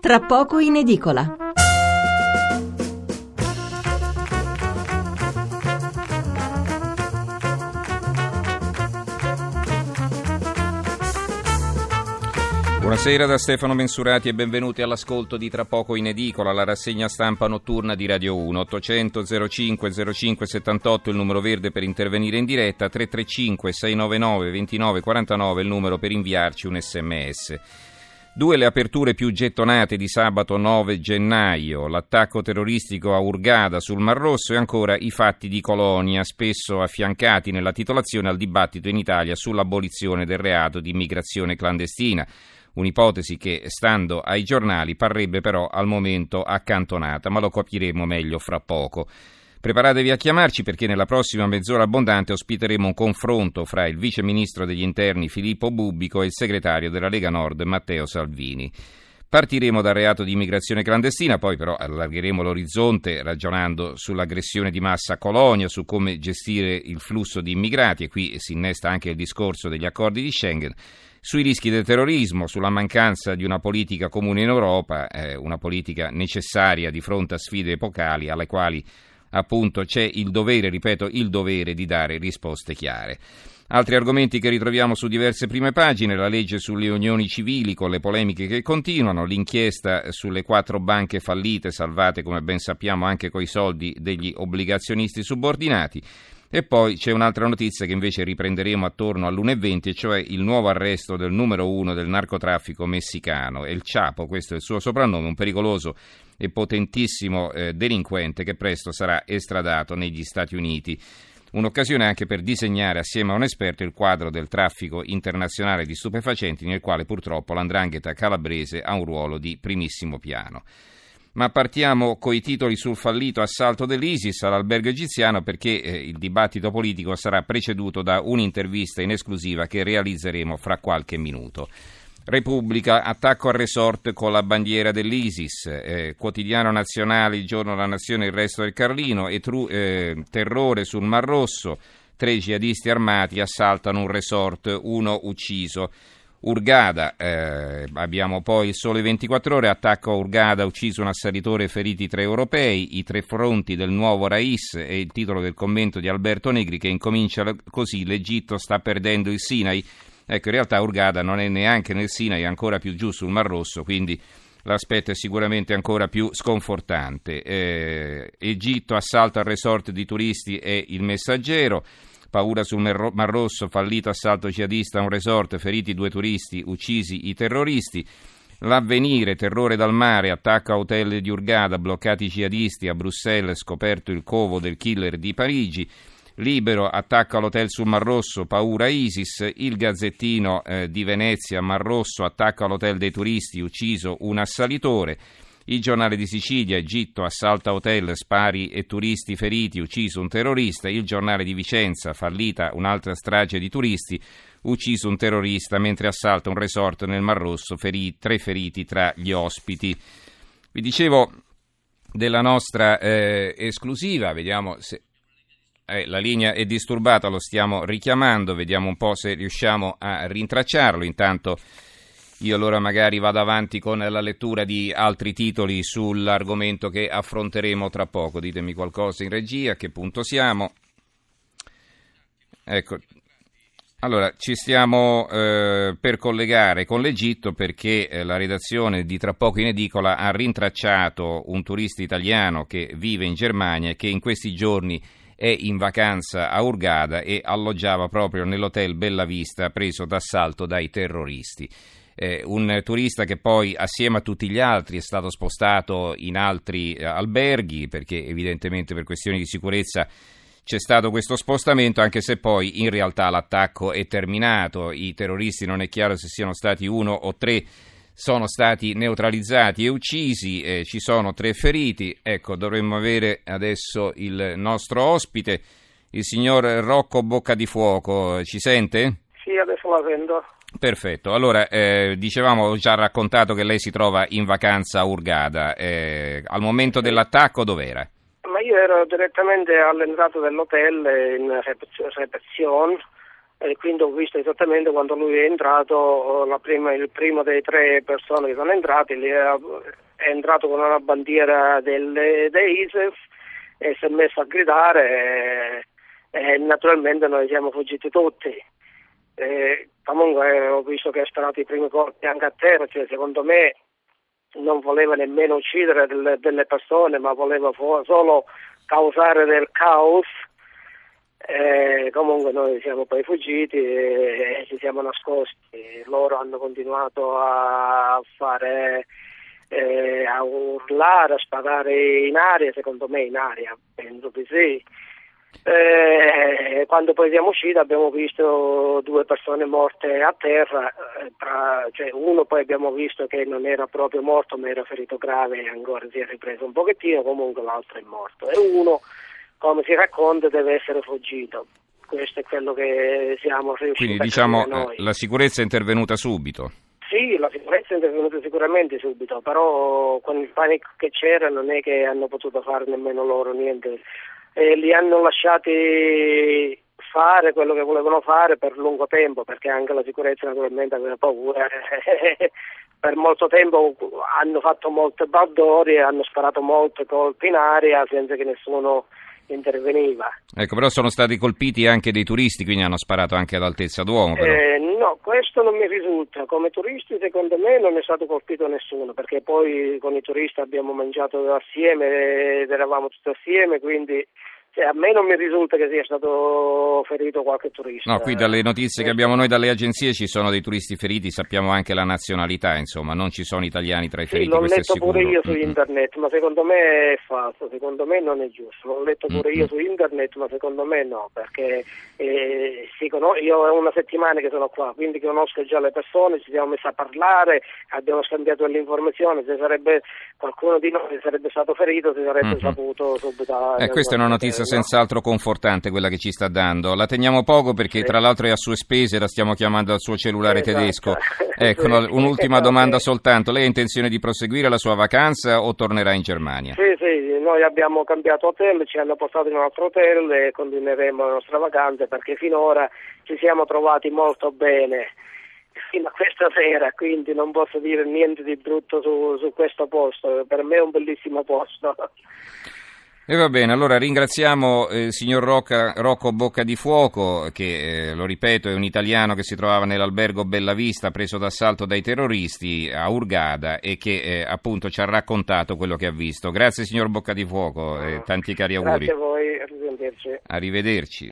Tra poco in edicola. Buonasera da Stefano Mensurati e benvenuti all'ascolto di Tra poco in edicola, la rassegna stampa notturna di Radio 1. 800 05 05 78 il numero verde per intervenire in diretta, 335 699 29 49 il numero per inviarci un sms. 2 le aperture più gettonate di sabato 9 gennaio, l'attacco terroristico a Hurghada sul Mar Rosso e ancora i fatti di Colonia, spesso affiancati nella titolazione al dibattito in Italia sull'abolizione del reato di immigrazione clandestina. Un'ipotesi che, stando ai giornali, parrebbe però al momento accantonata, ma lo capiremo meglio fra poco. Preparatevi a chiamarci perché nella prossima mezz'ora abbondante ospiteremo un confronto fra il vice ministro degli interni Filippo Bubbico e il segretario della Lega Nord Matteo Salvini. Partiremo dal reato di immigrazione clandestina, poi però allargheremo l'orizzonte ragionando sull'aggressione di massa a Colonia, su come gestire il flusso di immigrati, e qui si innesta anche il discorso degli accordi di Schengen, sui rischi del terrorismo, sulla mancanza di una politica comune in Europa, una politica necessaria di fronte a sfide epocali alle quali appunto c'è il dovere, ripeto, il dovere di dare risposte chiare. Altri argomenti che ritroviamo su diverse prime pagine: la legge sulle unioni civili con le polemiche che continuano, l'inchiesta sulle 4 banche fallite, salvate come ben sappiamo anche coi soldi degli obbligazionisti subordinati. E poi c'è un'altra notizia che invece riprenderemo attorno all'1:20, e cioè il nuovo arresto del numero 1 del narcotraffico messicano, El Chapo, questo è il suo soprannome, un pericoloso e potentissimo delinquente che presto sarà estradato negli Stati Uniti. Un'occasione anche per disegnare assieme a un esperto il quadro del traffico internazionale di stupefacenti, nel quale purtroppo l''ndrangheta calabrese ha un ruolo di primissimo piano. Ma partiamo coi titoli sul fallito assalto dell'ISIS all'albergo egiziano, perché il dibattito politico sarà preceduto da un'intervista in esclusiva che realizzeremo fra qualche minuto. Repubblica, attacco al resort con la bandiera dell'ISIS, quotidiano nazionale, il giorno della nazione, il resto del Carlino, terrore sul Mar Rosso, 3 jihadisti armati assaltano un resort, 1 ucciso. Hurghada, abbiamo poi il Sole 24 Ore, attacco a Hurghada, ucciso un assalitore, feriti 3 europei, i 3 fronti del nuovo Rais, è il titolo del commento di Alberto Negri che incomincia così: l'Egitto sta perdendo il Sinai. Ecco, in realtà Hurghada non è neanche nel Sinai, è ancora più giù sul Mar Rosso, quindi l'aspetto è sicuramente ancora più sconfortante. Egitto, assalto al resort di turisti è Il Messaggero. Paura sul Mar Rosso, fallito assalto jihadista a un resort, feriti 2 turisti, uccisi i terroristi. L'Avvenire, terrore dal mare, attacco a hotel di Hurghada, bloccati jihadisti, a Bruxelles scoperto il covo del killer di Parigi. Libero, attacco all'hotel sul Mar Rosso, paura ISIS. Il Gazzettino di Venezia, Mar Rosso, attacco all'hotel dei turisti, ucciso un assalitore. Il Giornale di Sicilia, Egitto, assalta hotel, spari e turisti feriti, ucciso un terrorista. Il Giornale di Vicenza, fallita un'altra strage di turisti, ucciso un terrorista mentre assalta un resort nel Mar Rosso, 3 feriti tra gli ospiti. Vi dicevo della nostra esclusiva, vediamo se la linea è disturbata, lo stiamo richiamando, vediamo un po' se riusciamo a rintracciarlo. Intanto io allora magari vado avanti con la lettura di altri titoli sull'argomento che affronteremo tra poco. Ditemi qualcosa in regia, a che punto siamo? Ecco, allora ci stiamo per collegare con l'Egitto, perché la redazione di Tra poco in edicola ha rintracciato un turista italiano che vive in Germania e che in questi giorni è in vacanza a Hurghada e alloggiava proprio nell'hotel Bella Vista preso d'assalto dai terroristi. Un turista che poi assieme a tutti gli altri è stato spostato in altri alberghi, perché evidentemente per questioni di sicurezza c'è stato questo spostamento, anche se poi in realtà l'attacco è terminato. I terroristi non è chiaro se siano stati 1 o 3, sono stati neutralizzati e uccisi, ci sono 3 feriti. Ecco, dovremmo avere adesso il nostro ospite, il signor Rocco Boccadifuoco. Ci sente? Sì, adesso la sento. Perfetto, allora dicevamo, ho già raccontato che lei si trova in vacanza a Hurghada, al momento dell'attacco dov'era? Ma io ero direttamente all'entrata dell'hotel in recepzione E quindi ho visto esattamente quando lui è entrato, il primo dei 3 persone che sono entrati, è entrato con una bandiera dell'ISIS e si è messo a gridare e naturalmente noi siamo fuggiti tutti. Comunque ho visto che ha sparato i primi colpi anche a terra, cioè, secondo me non voleva nemmeno uccidere delle persone, ma voleva solo causare del caos. Comunque noi siamo poi fuggiti e ci siamo nascosti. Loro hanno continuato a fare, a urlare, a sparare in aria, secondo me in aria, penso di sì. Quando poi siamo usciti abbiamo visto 2 persone morte a terra, cioè uno poi abbiamo visto che non era proprio morto ma era ferito grave e ancora si è ripreso un pochettino, comunque l'altro è morto e uno, come si racconta, deve essere fuggito. Questo è quello che siamo riusciti Quindi a diciamo capire noi. la sicurezza è intervenuta subito. Sì, la sicurezza è intervenuta sicuramente subito, però con il panico che c'era non è che hanno potuto fare nemmeno loro niente. Li hanno lasciati fare quello che volevano fare per lungo tempo, perché anche la sicurezza naturalmente aveva paura. Per molto tempo hanno fatto molte baldorie, hanno sparato molte colpi in aria senza che nessuno interveniva. Ecco, però sono stati colpiti anche dei turisti, quindi hanno sparato anche ad altezza d'uomo. Però. No, questo non mi risulta. Come turisti secondo me non è stato colpito nessuno, perché poi con i turisti abbiamo mangiato assieme ed eravamo tutti assieme, quindi a me non mi risulta che sia stato ferito qualche turista. No, qui dalle notizie che abbiamo noi dalle agenzie ci sono dei turisti feriti, sappiamo anche la nazionalità, insomma, non ci sono italiani tra i feriti, l'ho questo è letto sicuro. pure io su internet, ma secondo me è falso, secondo me non è giusto. L'ho letto pure io su internet, ma secondo me no, perché io è una settimana che sono qua, quindi conosco già le persone, ci siamo messi a parlare, abbiamo scambiato le informazioni, se sarebbe qualcuno di noi sarebbe stato ferito, si sarebbe saputo subito. Questa è una notizia senz'altro confortante quella che ci sta dando. La teniamo poco perché tra l'altro è a sue spese, la stiamo chiamando al suo cellulare tedesco. Ecco, un'ultima domanda soltanto. Lei ha intenzione di proseguire la sua vacanza o tornerà in Germania? Sì, noi abbiamo cambiato hotel, ci hanno portato in un altro hotel e continueremo la nostra vacanza perché finora ci siamo trovati molto bene fino a questa sera, quindi non posso dire niente di brutto su questo posto. Per me è un bellissimo posto. E va bene, allora ringraziamo il signor Rocco Boccadifuoco, che lo ripeto è un italiano che si trovava nell'albergo Bellavista preso d'assalto dai terroristi a Hurghada e che appunto ci ha raccontato quello che ha visto. Grazie signor Boccadifuoco, tanti cari auguri. Grazie a voi, arrivederci. Arrivederci.